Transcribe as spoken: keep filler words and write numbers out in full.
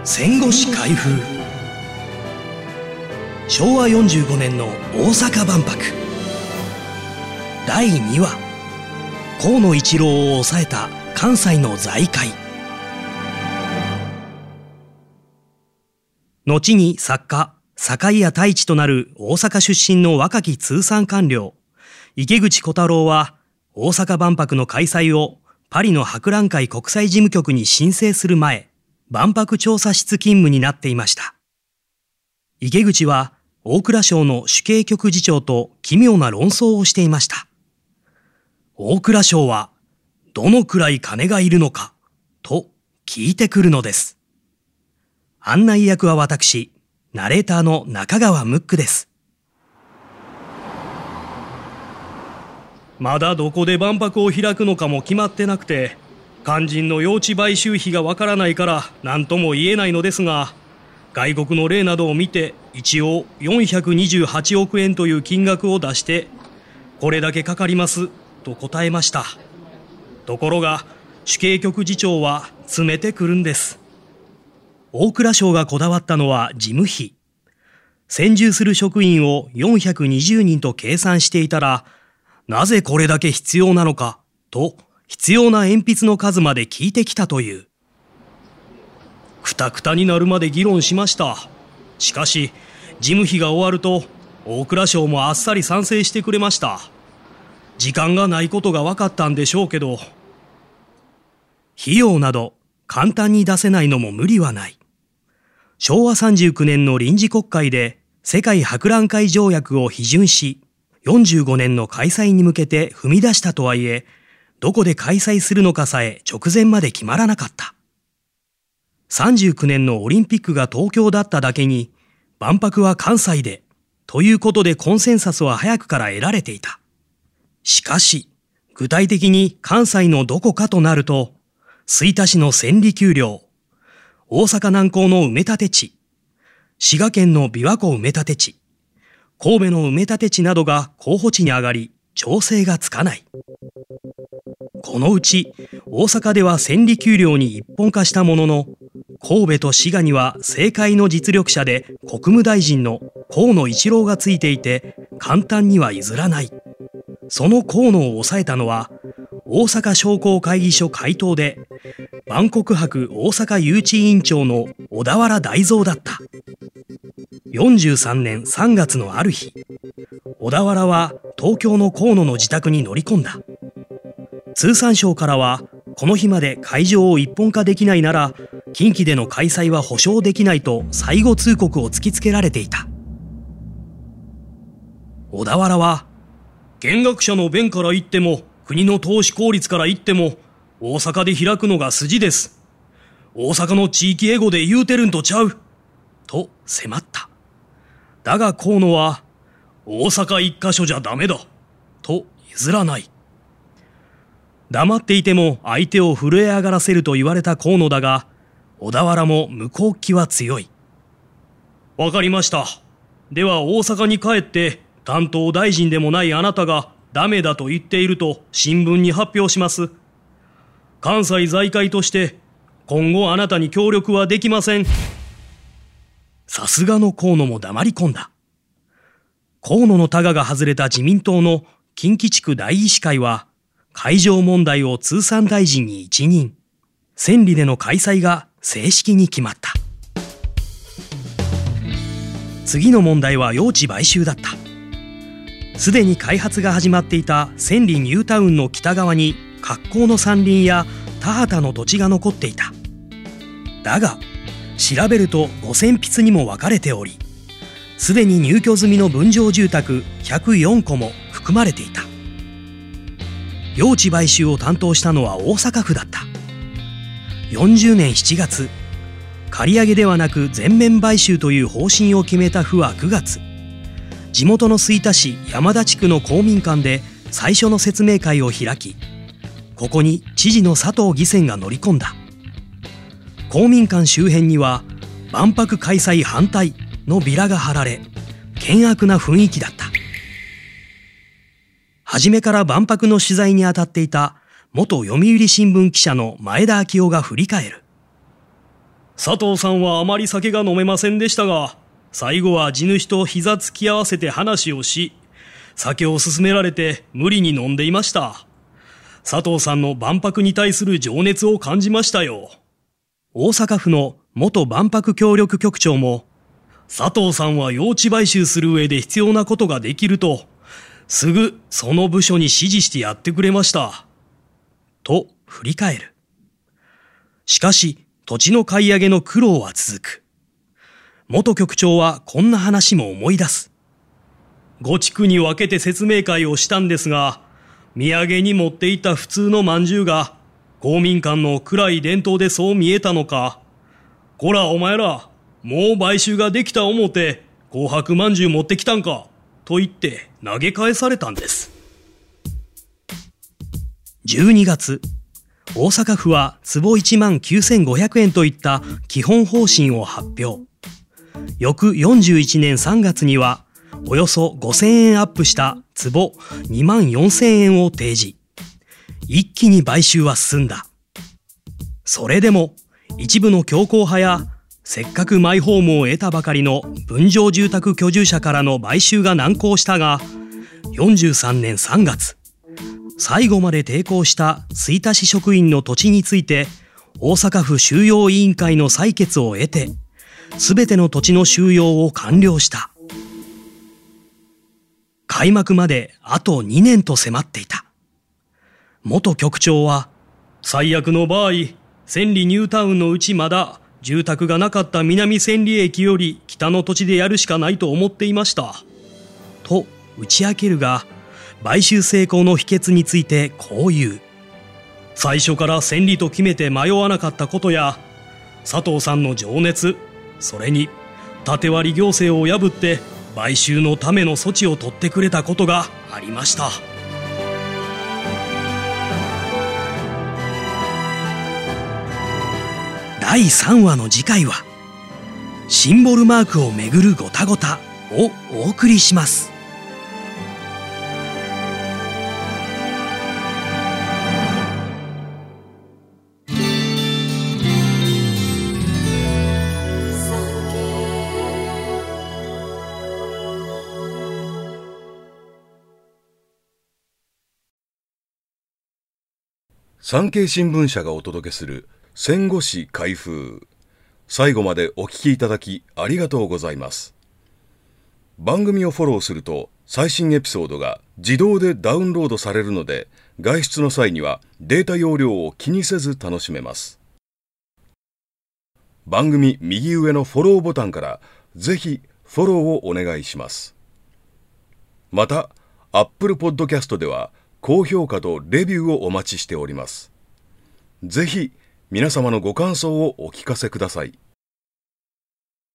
戦後史開封。しょうわよんじゅうごねんの大阪万博。だいにわ、河野一郎を抑えた関西の財界。後に作家堺屋太一となる大阪出身の若き通産官僚池口小太郎は、大阪万博の開催をパリの博覧会国際事務局に申請する前、万博調査室勤務になっていました。池口は大蔵省の主計局次長と奇妙な論争をしていました。大蔵省はどのくらい金がいるのかと聞いてくるのです。案内役は私、ナレーターの中川ムックです。まだどこで万博を開くのかも決まってなくて、肝心の用地買収費がわからないから何とも言えないのですが、外国の例などを見て一応よんひゃくにじゅうはちおくえんという金額を出して、これだけかかりますと答えました。ところが主計局次長は詰めてくるんです。大蔵省がこだわったのは事務費。専従する職員をよんひゃくにじゅうにんと計算していたら、なぜこれだけ必要なのかと必要な鉛筆の数まで聞いてきたという。くたくたになるまで議論しました。しかし事務費が終わると大蔵省もあっさり賛成してくれました。時間がないことが分かったんでしょうけど、費用など簡単に出せないのも無理はない。しょうわさんじゅうきゅうねんの臨時国会で世界博覧会条約を批准し、よんじゅうごねんの開催に向けて踏み出したとはいえ、どこで開催するのかさえ直前まで決まらなかった。さんじゅうきゅうねんのオリンピックが東京だっただけに、万博は関西で、ということでコンセンサスは早くから得られていた。しかし、具体的に関西のどこかとなると、吹田市の千里丘陵、大阪南港の埋め立て地、滋賀県の琵琶湖埋め立て地、神戸の埋め立て地などが候補地に上がり、調整がつかない。このうち大阪では千里丘陵に一本化したものの、神戸と滋賀には政界の実力者で国務大臣の河野一郎がついていて、簡単には譲らない。その河野を抑えたのは大阪商工会議所会頭で万国博大阪誘致委員長の小田原大蔵だった。よんじゅうさんねんさんがつのある日、小田原は東京の河野の自宅に乗り込んだ。通産省からは、この日まで会場を一本化できないなら近畿での開催は保証できないと最後通告を突きつけられていた。小田原は、見学者の弁から言っても国の投資効率から言っても大阪で開くのが筋です。大阪の地域エゴで言うてるんとちゃうと迫った。だが河野は、大阪一箇所じゃダメだと譲らない。黙っていても相手を震え上がらせると言われた河野だが、小田原も向こう気は強い。わかりました。では大阪に帰って担当大臣でもないあなたがダメだと言っていると新聞に発表します。関西財界として今後あなたに協力はできません。さすがの河野も黙り込んだ。河野のタガが外れた自民党の近畿地区第一市会は、会場問題を通産大臣に一任。千里での開催が正式に決まった。次の問題は用地買収だった。すでに開発が始まっていた千里ニュータウンの北側に格好の山林や田畑の土地が残っていた。だが、調べるとごせんぴつにも分かれており、すでに入居済みの分譲住宅ひゃくよんこも含まれていた。用地買収を担当したのは大阪府だった。よんじゅうねんしちがつ、借り上げではなく全面買収という方針を決めた府はくがつ、地元の吹田市山田地区の公民館で最初の説明会を開き、ここに知事の佐藤義仙が乗り込んだ。公民館周辺には万博開催反対のビラが貼られ、険悪な雰囲気だった。初めから万博の取材に当たっていた元読売新聞記者の前田昭夫が振り返る。 佐藤さんはあまり酒が飲めませんでしたが、最後は地主と膝つき合わせて話をし、酒を勧められて無理に飲んでいました。佐藤さんの万博に対する情熱を感じましたよ。大阪府の元万博協力局長も、佐藤さんは用地買収する上で必要なことができると、すぐその部署に指示してやってくれました。と振り返る。しかし、土地の買い上げの苦労は続く。元局長はこんな話も思い出す。ご地区に分けて説明会をしたんですが、土産に持っていた普通の饅頭が、公民館の暗い伝統でそう見えたのか、こらお前ら、もう買収ができた思て、紅白饅頭持ってきたんか、と言って投げ返されたんです。じゅうにがつ、大阪府は坪いちまんきゅうせんごひゃくえんといった基本方針を発表。翌よんじゅういちねんさんがつには、およそごせんえんアップした坪にまんよんせんえんを提示。一気に買収は進んだ。それでも一部の強硬派やせっかくマイホームを得たばかりの分譲住宅居住者からの買収が難航したが、よんじゅうさんねんさんがつ、最後まで抵抗した吹田市職員の土地について大阪府収容委員会の裁決を得て、すべての土地の収容を完了した。開幕まであとにねんと迫っていた。元局長は、最悪の場合、千里ニュータウンのうちまだ住宅がなかった南千里駅より北の土地でやるしかないと思っていました。と打ち明けるが、買収成功の秘訣についてこう言う。最初から千里と決めて迷わなかったことや、佐藤さんの情熱、それに縦割り行政を破って買収のための措置を取ってくれたことがありました。だいさんわの次回は、シンボルマークをめぐるごたごたをお送りします。 産経新聞社がお届けする戦後史開封。最後までお聞きいただきありがとうございます。番組をフォローすると最新エピソードが自動でダウンロードされるので、外出の際にはデータ容量を気にせず楽しめます。番組右上のフォローボタンからぜひフォローをお願いします。また、Apple Podcast では高評価とレビューをお待ちしております。ぜひ皆様のご感想をお聞かせください。